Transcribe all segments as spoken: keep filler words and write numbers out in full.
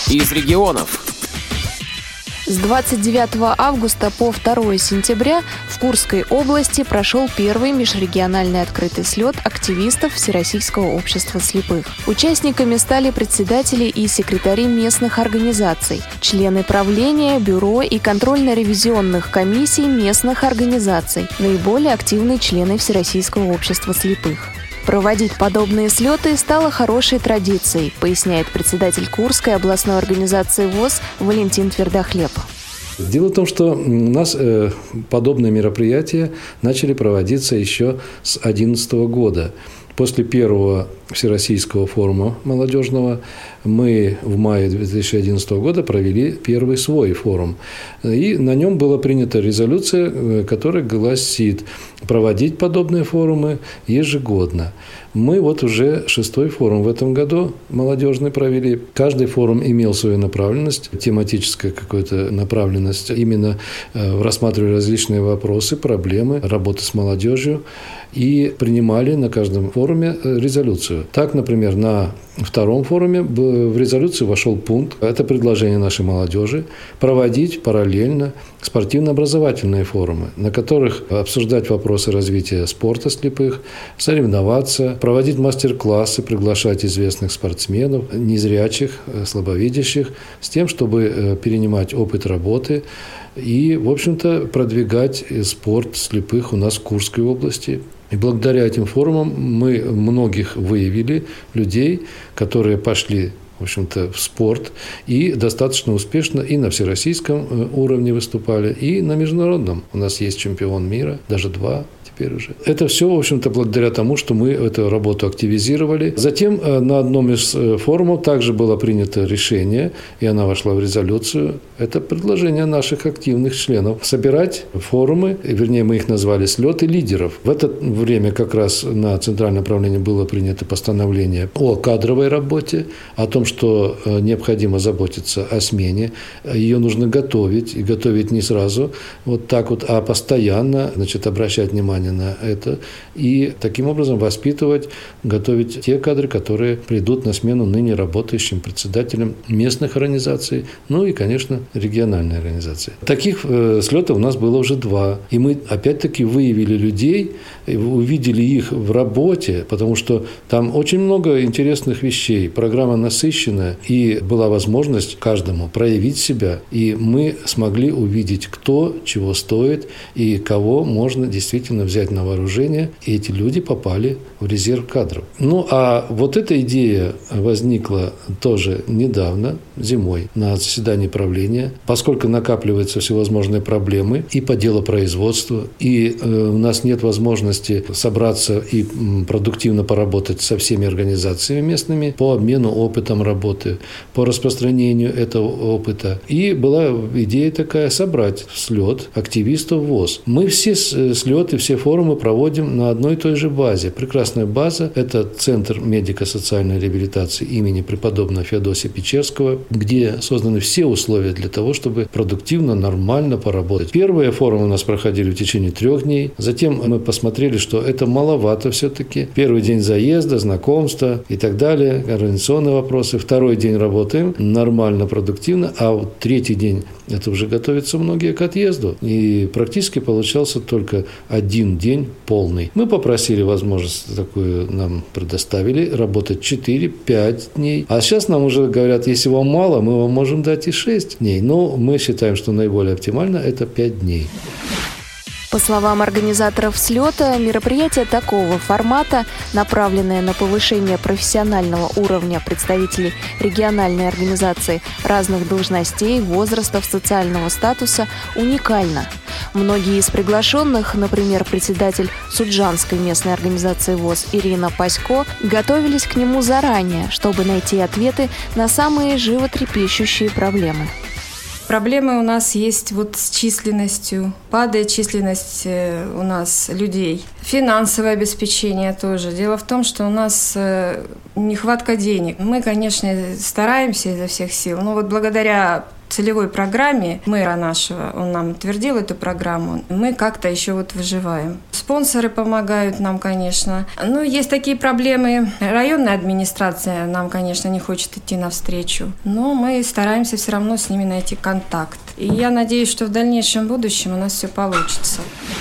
из регионов. С двадцать девятого августа по второе сентября в Курской области прошел первый межрегиональный открытый слет активистов Всероссийского общества слепых. Участниками стали председатели и секретари местных организаций, члены правления, бюро и контрольно-ревизионных комиссий местных организаций, наиболее активные члены Всероссийского общества слепых. Проводить подобные слеты стало хорошей традицией, поясняет председатель Курской областной организации ВОС Валентин Твердохлеб. Дело в том, что у нас э, подобные мероприятия начали проводиться еще с две тысячи одиннадцатого года. После первого Всероссийского форума молодежного мы в мае две тысячи одиннадцатого года провели первый свой форум. И на нем была принята резолюция, которая гласит проводить подобные форумы ежегодно. Мы вот уже шестой форум в этом году молодежный провели. Каждый форум имел свою направленность, тематическая какая-то направленность. Именно рассматривали различные вопросы, проблемы, работы с молодежью и принимали на каждом форуме резолюцию. Так, например, на втором форуме в резолюцию вошел пункт, это предложение нашей молодежи, проводить параллельно спортивно-образовательные форумы, на которых обсуждать вопросы развития спорта слепых, соревноваться, проводить мастер-классы, приглашать известных спортсменов, незрячих, слабовидящих, с тем, чтобы перенимать опыт работы и, в общем-то, продвигать спорт слепых у нас в Курской области. И благодаря этим форумам мы многих выявили людей, которые пошли, в общем-то, в спорт и достаточно успешно и на всероссийском уровне выступали, и на международном. У нас есть чемпион мира, даже два теперь уже. Это все, в общем-то, благодаря тому, что мы эту работу активизировали. Затем на одном из форумов также было принято решение, и она вошла в резолюцию. Это предложение наших активных членов. Собирать форумы, вернее, мы их назвали слеты лидеров. В это время как раз на Центральном управлении было принято постановление о кадровой работе, о том, что необходимо заботиться о смене. Ее нужно готовить, и готовить не сразу вот так вот, а постоянно, значит, обращать внимание на это и таким образом воспитывать, готовить те кадры, которые придут на смену ныне работающим председателям местных организаций, ну и, конечно, региональной организации. Таких э, слетов у нас было уже два. И мы опять-таки выявили людей, увидели их в работе, потому что там очень много интересных вещей. Программа насыщенная, и была возможность каждому проявить себя. И мы смогли увидеть, кто чего стоит и кого можно действительно взять на вооружение, и эти люди попали в резерв кадров. Ну, а вот эта идея возникла тоже недавно, зимой, на заседании правления, поскольку накапливаются всевозможные проблемы и по делопроизводству, и э, у нас нет возможности собраться и м, продуктивно поработать со всеми организациями местными по обмену опытом работы, по распространению этого опыта. И была идея такая собрать слет активистов ВОС. Мы все слеты, все форумы проводим на одной и той же базе. Прекрасная база – это Центр медико-социальной реабилитации имени преподобного Феодосия Печерского, где созданы все условия для того, чтобы продуктивно, нормально поработать. Первые форумы у нас проходили в течение трех дней. Затем мы посмотрели, что это маловато все-таки. Первый день заезда, знакомства и так далее, организационные вопросы. Второй день работаем нормально, продуктивно, а вот третий день – это уже готовятся многие к отъезду. И практически получался только один день полный. Мы попросили возможность такую, нам предоставили, работать четыре-пять дней. А сейчас нам уже говорят, если вам мало, мы вам можем дать и шесть дней. Но мы считаем, что наиболее оптимально это пять дней. По словам организаторов слета, мероприятие такого формата, направленное на повышение профессионального уровня представителей региональной организации разных должностей, возрастов, социального статуса, уникально. Многие из приглашенных, например, председатель Суджанской местной организации ВОС Ирина Пасько, готовились к нему заранее, чтобы найти ответы на самые животрепещущие проблемы. Проблемы у нас есть вот с численностью. Падает численность у нас людей. Финансовое обеспечение тоже. Дело в том, что у нас нехватка денег. Мы, конечно, стараемся изо всех сил, но вот благодаря целевой программе мэра нашего, он нам утвердил эту программу, мы как-то еще вот выживаем. Спонсоры помогают нам, конечно. Ну, есть такие проблемы. Районная администрация нам, конечно, не хочет идти навстречу, но мы стараемся все равно с ними найти контакт. И я надеюсь, что в дальнейшем будущем у нас все получится.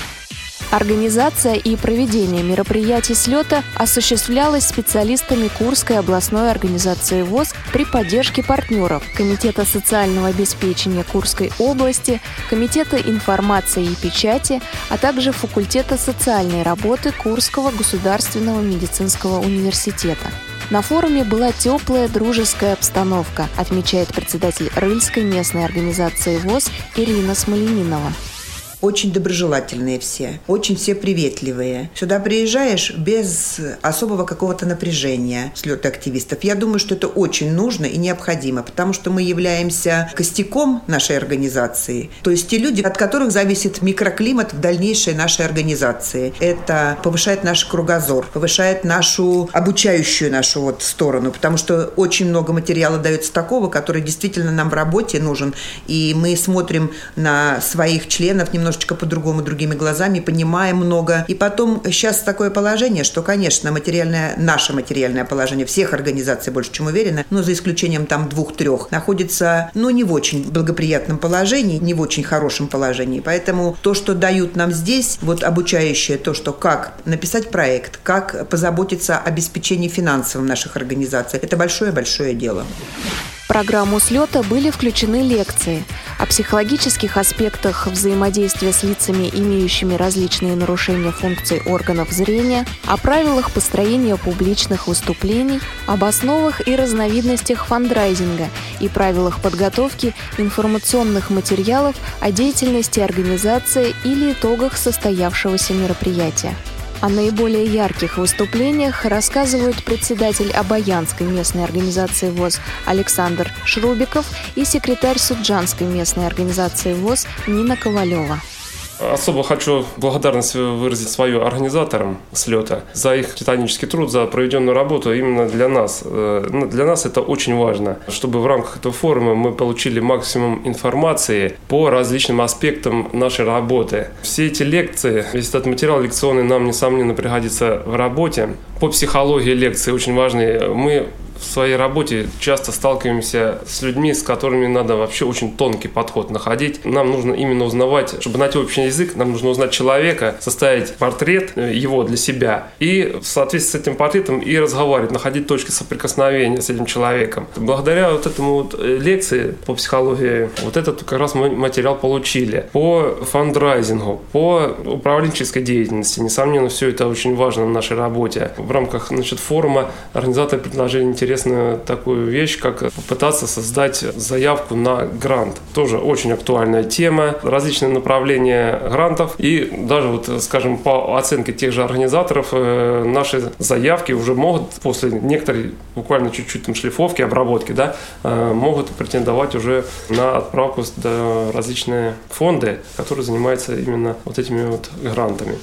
Организация и проведение мероприятий слета осуществлялась специалистами Курской областной организации ВОС при поддержке партнеров Комитета социального обеспечения Курской области, Комитета информации и печати, а также факультета социальной работы Курского государственного медицинского университета. На форуме была теплая дружеская обстановка, отмечает председатель Рыльской местной организации ВОС Ирина Смоленинова. Очень доброжелательные все, очень все приветливые. Сюда приезжаешь без особого какого-то напряжения, слета активистов. Я думаю, что это очень нужно и необходимо, потому что мы являемся костяком нашей организации. То есть те люди, от которых зависит микроклимат в дальнейшей нашей организации. Это повышает наш кругозор, повышает нашу обучающую нашу вот сторону, потому что очень много материала дается такого, который действительно нам в работе нужен. И мы смотрим на своих членов немножко по-другому, другими глазами, понимаем много. И потом сейчас такое положение, что, конечно, материальное, наше материальное положение всех организаций, больше чем уверена, но за исключением там двух-трех, находится, ну, не в очень благоприятном положении, не в очень хорошем положении. Поэтому то, что дают нам здесь, вот обучающее, то, что как написать проект, как позаботиться о обеспечении финансовым наших организаций, это большое-большое дело. В программу слета были включены лекции о психологических аспектах взаимодействия с лицами, имеющими различные нарушения функций органов зрения, о правилах построения публичных выступлений, об основах и разновидностях фандрайзинга и правилах подготовки информационных материалов о деятельности организации или итогах состоявшегося мероприятия. О наиболее ярких выступлениях рассказывают председатель Обаянской местной организации ВОС Александр Шрубиков и секретарь Суджанской местной организации ВОС Нина Ковалева. Особо хочу благодарность выразить свою организаторам слета за их титанический труд, за проведенную работу именно для нас. Для нас это очень важно, чтобы в рамках этого форума мы получили максимум информации по различным аспектам нашей работы. Все эти лекции, весь этот материал лекционный нам, несомненно, пригодится в работе. По психологии лекции очень важные. Мы в своей работе часто сталкиваемся с людьми, с которыми надо вообще очень тонкий подход находить. Нам нужно именно узнавать, чтобы найти общий язык, нам нужно узнать человека, составить портрет его для себя и в соответствии с этим портретом и разговаривать, находить точки соприкосновения с этим человеком. Благодаря вот этому вот лекции по психологии вот этот как раз мы материал получили. По фандрайзингу, по управленческой деятельности, несомненно, все это очень важно в нашей работе. В рамках, значит, форума организаторы предложили интересную такую вещь, как попытаться создать заявку на грант. Тоже очень актуальная тема, различные направления грантов. И даже, вот, скажем, по оценке тех же организаторов, наши заявки уже могут после некоторой буквально чуть-чуть там шлифовки, обработки, да, могут претендовать уже на отправку в различные фонды, которые занимаются именно вот этими вот грантами.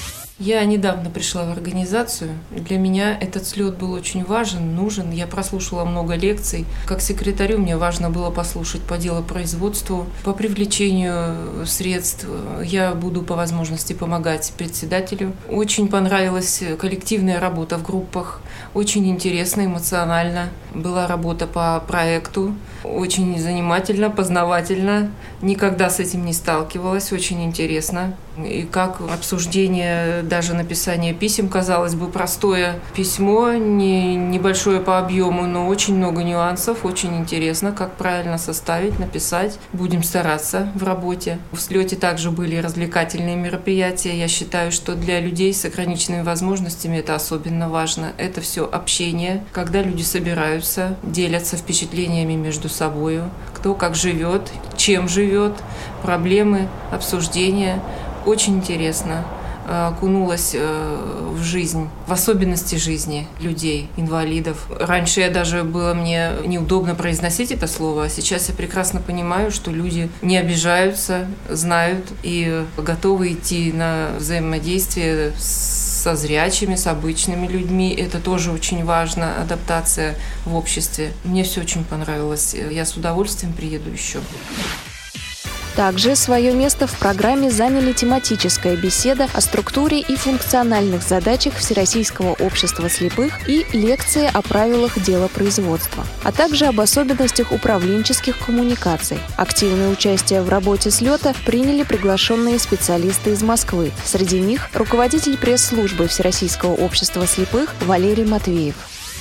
Я недавно пришла в организацию. Для меня этот слет был очень важен, нужен. Я прослушала много лекций. Как секретарю мне важно было послушать по делопроизводству, по привлечению средств. Я буду по возможности помогать председателю. Очень понравилась коллективная работа в группах. Очень интересно, эмоционально. Была работа по проекту. Очень занимательно, познавательно. Никогда с этим не сталкивалась. Очень интересно. И как обсуждение, даже написание писем, казалось бы, простое письмо, не, небольшое по объему, но очень много нюансов, очень интересно, как правильно составить, написать. Будем стараться в работе. В слете также были развлекательные мероприятия. Я считаю, что для людей с ограниченными возможностями это особенно важно. Это все общение, когда люди собираются, делятся впечатлениями между собой, кто как живет, чем живет, проблемы, обсуждения. Очень интересно. Окунулась в жизнь, в особенности жизни людей, инвалидов. Раньше я даже было мне неудобно произносить это слово, а сейчас я прекрасно понимаю, что люди не обижаются, знают и готовы идти на взаимодействие с со зрячими, с обычными людьми. Это тоже очень важно, адаптация в обществе. Мне все очень понравилось. Я с удовольствием приеду еще. Также свое место в программе заняли тематическая беседа о структуре и функциональных задачах Всероссийского общества слепых и лекции о правилах делопроизводства, а также об особенностях управленческих коммуникаций. Активное участие в работе слета приняли приглашенные специалисты из Москвы. Среди них руководитель пресс-службы Всероссийского общества слепых Валерий Матвеев.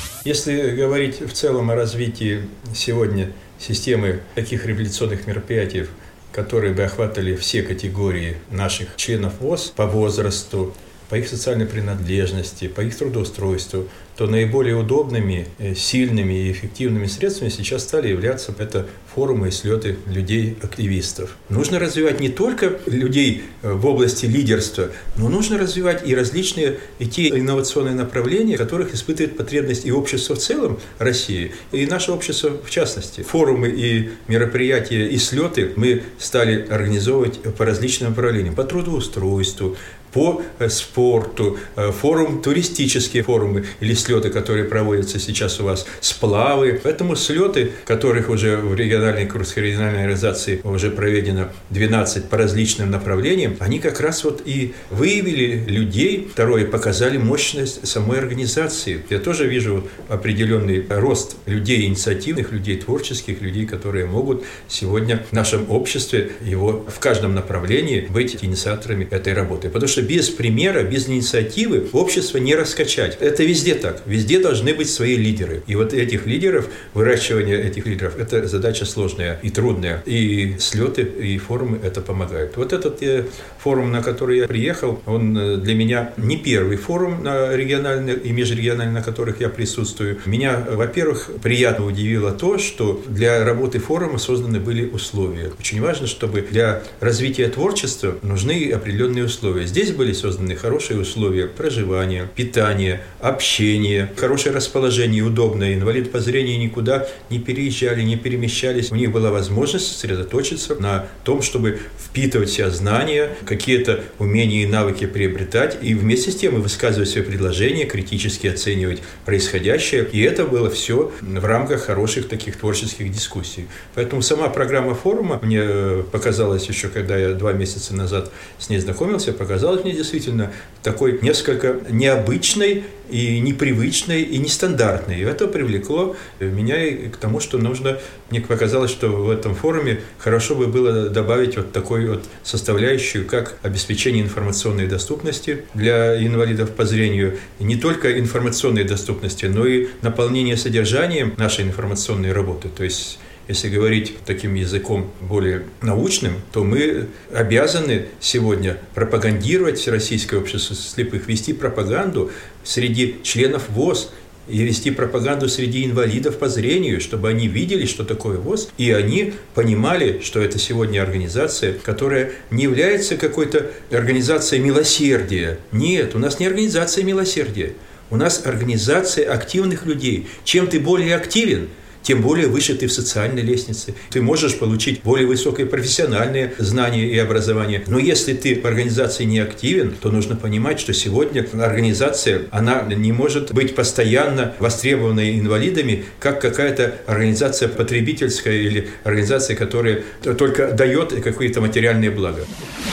Если говорить в целом о развитии сегодня системы таких реабилитационных мероприятий, которые бы охватывали все категории наших членов ВОС по возрасту, по их социальной принадлежности, по их трудоустройству, то наиболее удобными, сильными и эффективными средствами сейчас стали являться это форумы и слеты людей-активистов. Нужно развивать не только людей в области лидерства, но нужно развивать и различные и те инновационные направления, в которых испытывает потребность и общество в целом России, и наше общество в частности. Форумы и мероприятия и слеты мы стали организовывать по различным направлениям, по трудоустройству, по спорту, форум, туристические форумы или слеты, которые проводятся сейчас у вас, сплавы. Поэтому слеты, которых уже в региональной Курской региональной организации уже проведено двенадцать по различным направлениям, они как раз вот и выявили людей, второе, показали мощность самой организации. Я тоже вижу определенный рост людей инициативных, людей творческих, людей, которые могут сегодня в нашем обществе его в каждом направлении быть инициаторами этой работы. Потому что без примера, без инициативы общество не раскачать. Это везде так. Везде должны быть свои лидеры. И вот этих лидеров, выращивание этих лидеров, это задача сложная и трудная. И слеты, и форумы это помогают. Вот этот э, форум, на который я приехал, он для меня не первый форум на региональных и межрегиональных, на которых я присутствую. Меня, во-первых, приятно удивило то, что для работы форума созданы были условия. Очень важно, чтобы для развития творчества нужны определенные условия. Здесь были созданы хорошие условия проживания, питания, общения, хорошее расположение, удобное. Инвалиды по зрению никуда не переезжали, не перемещались. У них была возможность сосредоточиться на том, чтобы впитывать в себя знания, какие-то умения и навыки приобретать, и вместе с тем и высказывать свои предложения, критически оценивать происходящее. И это было все в рамках хороших таких творческих дискуссий. Поэтому сама программа форума мне показалась еще, когда я два месяца назад с ней знакомился, показалась мне действительно такой несколько необычной и непривычной, и нестандартной. И это привлекло меня к тому, что нужно, мне показалось, что в этом форуме хорошо бы было добавить вот такую вот составляющую, как обеспечение информационной доступности для инвалидов по зрению. И не только информационной доступности, но и наполнение содержанием нашей информационной работы. То есть если говорить таким языком более научным, то мы обязаны сегодня пропагандировать Всероссийское общество слепых, вести пропаганду среди членов ВОС и вести пропаганду среди инвалидов по зрению, чтобы они видели, что такое ВОС, и они понимали, что это сегодня организация, которая не является какой-то организацией милосердия. Нет, у нас не организация милосердия, у нас организация активных людей. Чем ты более активен, тем более выше ты в социальной лестнице. Ты можешь получить более высокое профессиональное знание и образование. Но если ты в организации не активен, то нужно понимать, что сегодня организация, она не может быть постоянно востребованной инвалидами, как какая-то организация потребительская или организация, которая только дает какие-то материальные блага.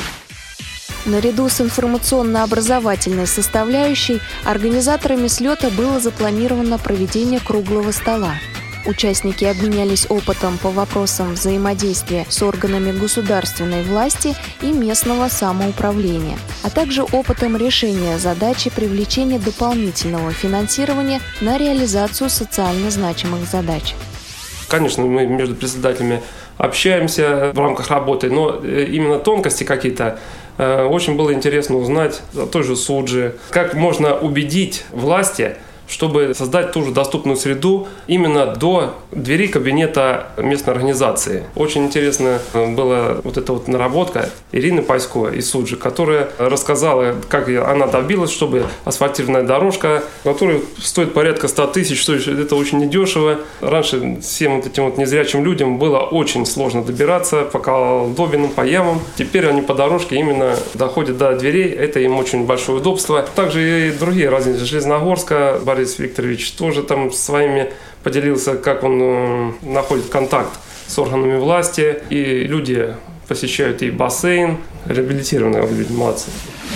Наряду с информационно-образовательной составляющей организаторами слета было запланировано проведение круглого стола. Участники обменялись опытом по вопросам взаимодействия с органами государственной власти и местного самоуправления, а также опытом решения задачи привлечения дополнительного финансирования на реализацию социально значимых задач. Конечно, мы между председателями общаемся в рамках работы, но именно тонкости какие-то очень было интересно узнать о той же Суджи, как можно убедить власти чтобы создать ту же доступную среду именно до двери кабинета местной организации. Очень интересно была вот эта вот наработка Ирины Пасько из Суджи, которая рассказала, как она добилась, чтобы асфальтированная дорожка, которая стоит порядка ста тысяч, что это очень недешево. Раньше всем вот этим вот незрячим людям было очень сложно добираться по колдобинам, по ямам. Теперь они по дорожке именно доходят до дверей, это им очень большое удобство. Также и другие разницы. Железногорска, Борис Викторович тоже там своими поделился, как он находит контакт с органами власти, и люди посещают и бассейн, реабилитированные люди, молодцы.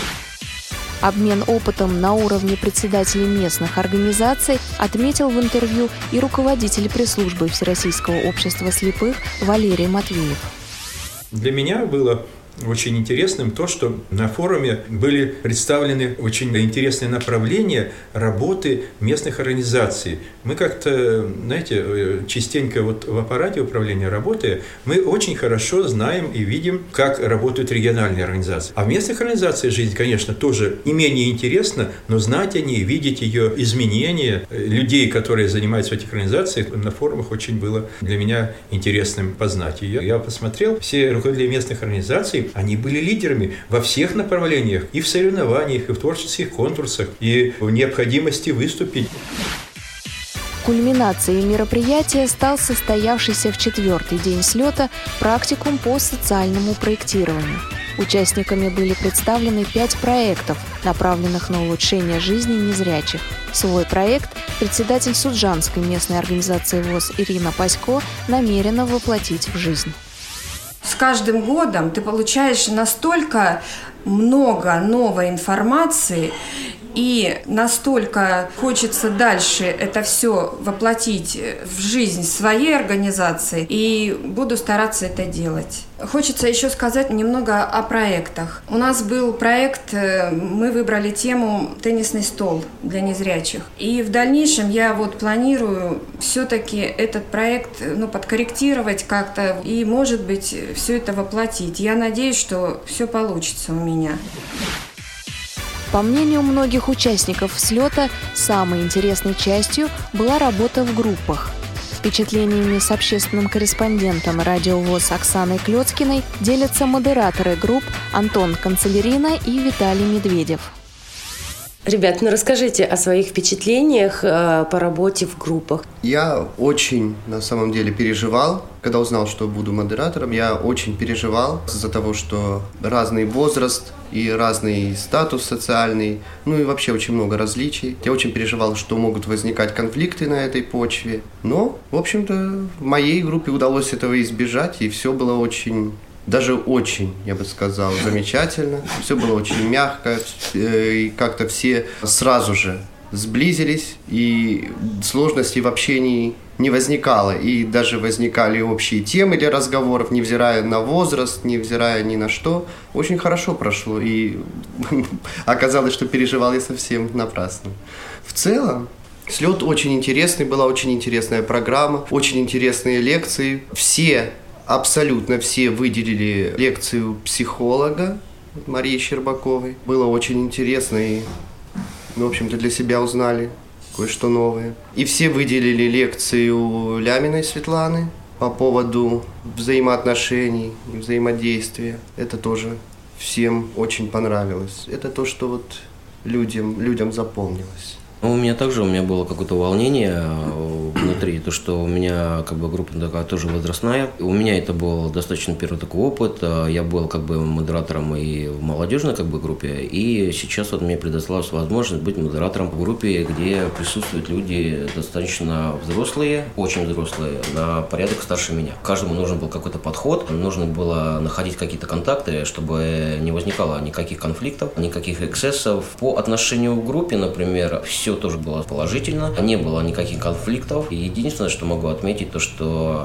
Обмен опытом на уровне председателей местных организаций отметил в интервью и руководитель пресс-службы Всероссийского общества слепых Валерий Матвеев. Для меня было очень интересным то, что на форуме были представлены очень интересные направления работы местных организаций. Мы как-то, знаете, частенько вот в аппарате управления работая, мы очень хорошо знаем и видим, как работают региональные организации. А в местных организациях жизнь, конечно, тоже не менее интересна, но знать о ней, видеть ее изменения людей, которые занимаются в этих организациях, на форумах очень было для меня интересным познать ее. Я посмотрел, все руководители местных организаций, они были лидерами во всех направлениях, и в соревнованиях, и в творческих конкурсах, и в необходимости выступить. Кульминацией мероприятия стал состоявшийся в четвертый день слета практикум по социальному проектированию. Участниками были представлены пять проектов, направленных на улучшение жизни незрячих. Свой проект председатель Суджанской местной организации ВОС Ирина Пасько намерена воплотить в жизнь. С каждым годом ты получаешь настолько много новой информации, и настолько хочется дальше это все воплотить в жизнь своей организации, и буду стараться это делать. Хочется еще сказать немного о проектах. У нас был проект, мы выбрали тему «Теннисный стол для незрячих». И в дальнейшем я вот планирую все-таки этот проект ну, подкорректировать как-то и, может быть, все это воплотить. Я надеюсь, что все получится у меня. По мнению многих участников слета, самой интересной частью была работа в группах. Впечатлениями с общественным корреспондентом радио ВОС Оксаной Клёцкиной делятся модераторы групп Антон Канцелярина и Виталий Медведев. Ребят, ну расскажите о своих впечатлениях э, по работе в группах. Я очень, на самом деле, переживал, когда узнал, что буду модератором. Я очень переживал из-за того, что разный возраст и разный статус социальный, ну и вообще очень много различий. Я очень переживал, что могут возникать конфликты на этой почве. Но, в общем-то, в моей группе удалось этого избежать, и все было очень... Даже очень, я бы сказал, замечательно. Все было очень мягко, и как-то все сразу же сблизились, и сложностей в общении не возникало. И даже возникали общие темы для разговоров, невзирая на возраст, невзирая ни на что. Очень хорошо прошло, и оказалось, что переживал я совсем напрасно. В целом, слет очень интересный, была очень интересная программа, очень интересные лекции. Все Абсолютно все выделили лекцию психолога Марии Щербаковой. Было очень интересно, и, в общем-то, для себя узнали кое-что новое. И все выделили лекцию Ляминой Светланы по поводу взаимоотношений и взаимодействия. Это тоже всем очень понравилось. Это то, что вот людям, людям запомнилось. У меня также у меня было какое-то волнение внутри, то, что у меня как бы группа такая тоже возрастная. У меня это был достаточно первый такой опыт. Я был как бы модератором и в молодежной как бы группе, и сейчас вот мне предоставилась возможность быть модератором в группе, где присутствуют люди достаточно взрослые, очень взрослые, на порядок старше меня. Каждому нужен был какой-то подход, нужно было находить какие-то контакты, чтобы не возникало никаких конфликтов, никаких эксцессов. По отношению к группе, например, все тоже было положительно, не было никаких конфликтов. И единственное, что могу отметить, то что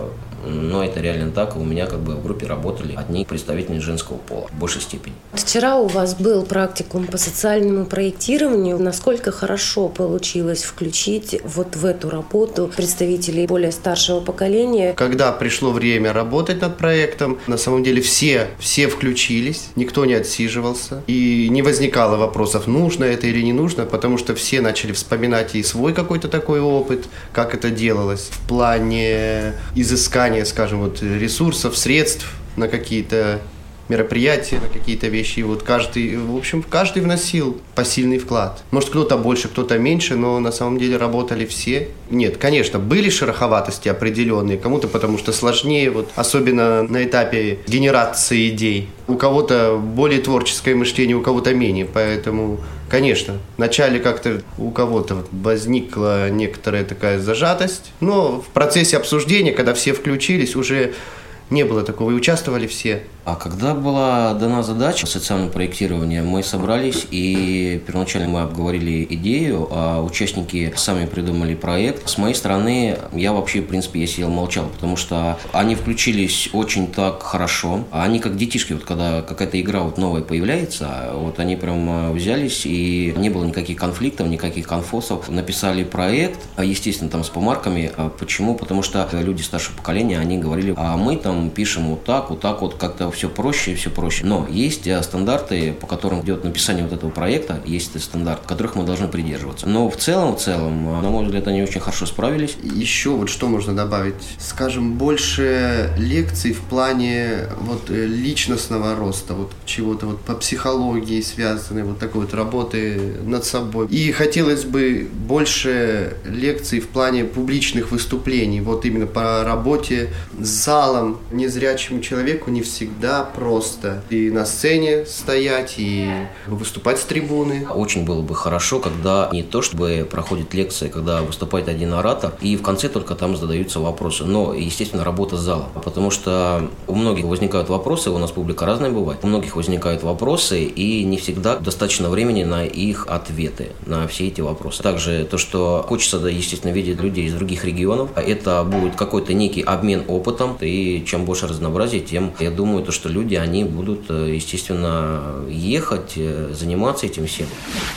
но это реально так. У меня как бы в группе работали одни представители женского пола в большей степени. Вчера у вас был практикум по социальному проектированию. Насколько хорошо получилось включить вот в эту работу представителей более старшего поколения? Когда пришло время работать над проектом, на самом деле все, все включились, никто не отсиживался. И не возникало вопросов, нужно это или не нужно, потому что все начали вспоминать и свой какой-то такой опыт, как это делалось в плане изыскания, скажем, вот, ресурсов, средств на какие-то мероприятия, на какие-то вещи. И вот каждый, в общем, каждый вносил посильный вклад. Может, кто-то больше, кто-то меньше, но на самом деле работали все. Нет, конечно, были шероховатости определенные, кому-то потому что сложнее, вот, особенно на этапе генерации идей. У кого-то более творческое мышление, у кого-то менее, поэтому, конечно, вначале как-то у кого-то возникла некоторая такая зажатость, но в процессе обсуждения, когда все включились, уже не было такого, и участвовали все. А когда была дана задача социального проектирования, мы собрались и первоначально мы обговорили идею, а участники сами придумали проект. С моей стороны, я вообще, в принципе, я сидел молчал, потому что они включились очень так хорошо. Они как детишки, вот когда какая-то игра вот новая появляется, вот они прям взялись, и не было никаких конфликтов, никаких конфосов. Написали проект, естественно, там с помарками. Почему? Потому что люди старшего поколения, они говорили, а мы там пишем вот так, вот так вот, как-то все проще и все проще. Но есть стандарты, по которым идет написание вот этого проекта, есть стандарты, которых мы должны придерживаться. Но в целом, в целом, на мой взгляд, они очень хорошо справились. Еще вот что можно добавить? Скажем, больше лекций в плане вот личностного роста, вот чего-то вот по психологии связанной, вот такой вот работы над собой. И хотелось бы больше лекций в плане публичных выступлений, вот именно по работе с залом. Незрячему человеку не всегда просто и на сцене стоять, и выступать с трибуны. Очень было бы хорошо, когда не то чтобы проходит лекция, когда выступает один оратор, и в конце только там задаются вопросы. Но, естественно, работа с залом. Потому что у многих возникают вопросы, у нас публика разная бывает, у многих возникают вопросы, и не всегда достаточно времени на их ответы, на все эти вопросы. Также то, что хочется, да, естественно, видеть людей из других регионов, это будет какой-то некий обмен опытом, и чем больше разнообразия, тем, я думаю, то, что люди, они будут, естественно, ехать, заниматься этим всем.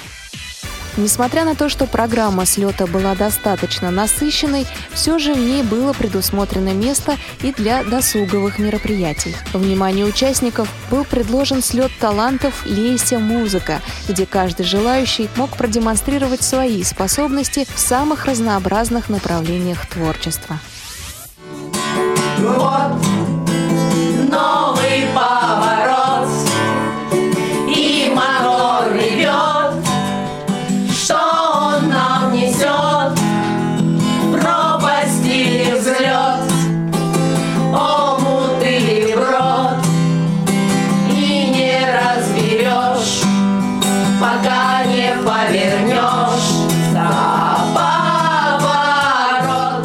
Несмотря на то, что программа слета была достаточно насыщенной, все же в ней было предусмотрено место и для досуговых мероприятий. Вниманию участников был предложен слет талантов «Лейся, музыка», где каждый желающий мог продемонстрировать свои способности в самых разнообразных направлениях творчества. Вот новый поворот, и мотор ревет. Что он нам несет? Пропасть или взлет? Омут или брод? И не разберешь, пока не повернешь за поворот.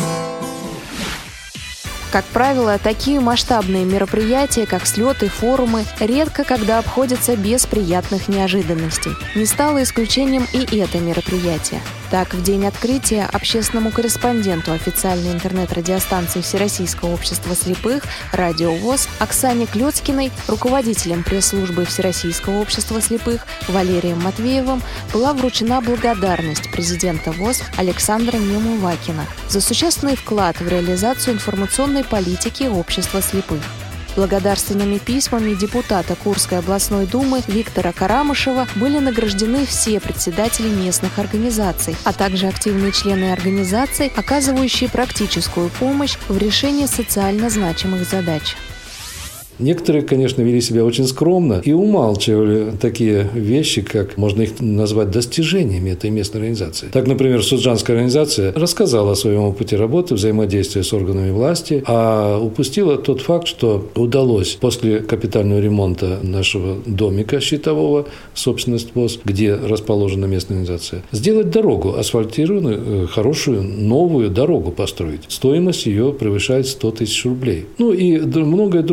Как правило, такие масштабные мероприятия, как слеты, форумы, редко когда обходятся без приятных неожиданностей. Не стало исключением и это мероприятие. Так, в день открытия общественному корреспонденту официальной интернет-радиостанции Всероссийского общества слепых «Радио ВОС» Оксане Клёцкиной, руководителем пресс-службы Всероссийского общества слепых Валерием Матвеевым была вручена благодарность президента ВОС Александра Немувакина за существенный вклад в реализацию информационной политики общества слепых. Благодарственными письмами депутата Курской областной думы Виктора Карамышева были награждены все председатели местных организаций, а также активные члены организаций, оказывающие практическую помощь в решении социально значимых задач. Некоторые, конечно, вели себя очень скромно и умалчивали такие вещи, как можно их назвать достижениями этой местной организации. Так, например, Суджанская организация рассказала о своем опыте работы, взаимодействия с органами власти, а упустила тот факт, что удалось после капитального ремонта нашего домика щитового, собственность ВОС, где расположена местная организация, сделать дорогу, асфальтированную, хорошую, новую дорогу построить. Стоимость ее превышает сто тысяч рублей. Ну и многое другое.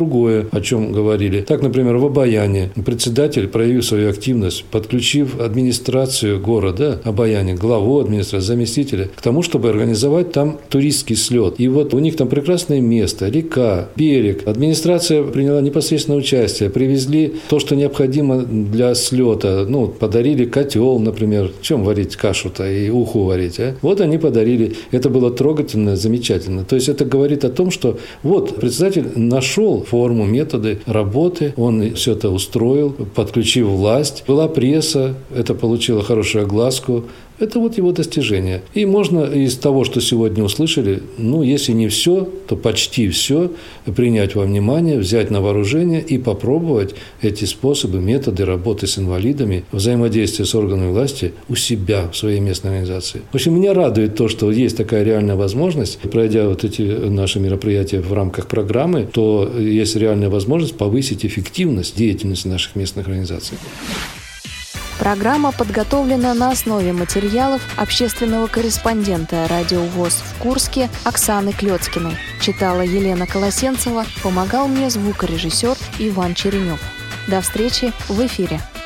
о чем говорили. Так, например, в Обаяне председатель проявил свою активность, подключив администрацию города Обаяне, главу администрации, заместителя, к тому, чтобы организовать там туристский слет. И вот у них там прекрасное место, река, берег. Администрация приняла непосредственное участие, привезли то, что необходимо для слета. Ну, подарили котел, например. Чем варить кашу-то и уху варить, а? Вот они подарили. Это было трогательно, замечательно. То есть это говорит о том, что вот председатель нашел форму, методы работы, он все это устроил, подключив власть. Была пресса, это получило хорошую огласку. Это вот его достижение. И можно из того, что сегодня услышали, ну, если не все, то почти все, принять во внимание, взять на вооружение и попробовать эти способы, методы работы с инвалидами, взаимодействия с органами власти у себя, в своей местной организации. В общем, меня радует то, что есть такая реальная возможность, пройдя вот эти наши мероприятия в рамках программы, то есть реальная возможность повысить эффективность деятельности наших местных организаций. Программа подготовлена на основе материалов общественного корреспондента Радио ВОС в Курске Оксаны Клёцкиной. Читала Елена Колосенцева, помогал мне звукорежиссер Иван Черенев. До встречи в эфире.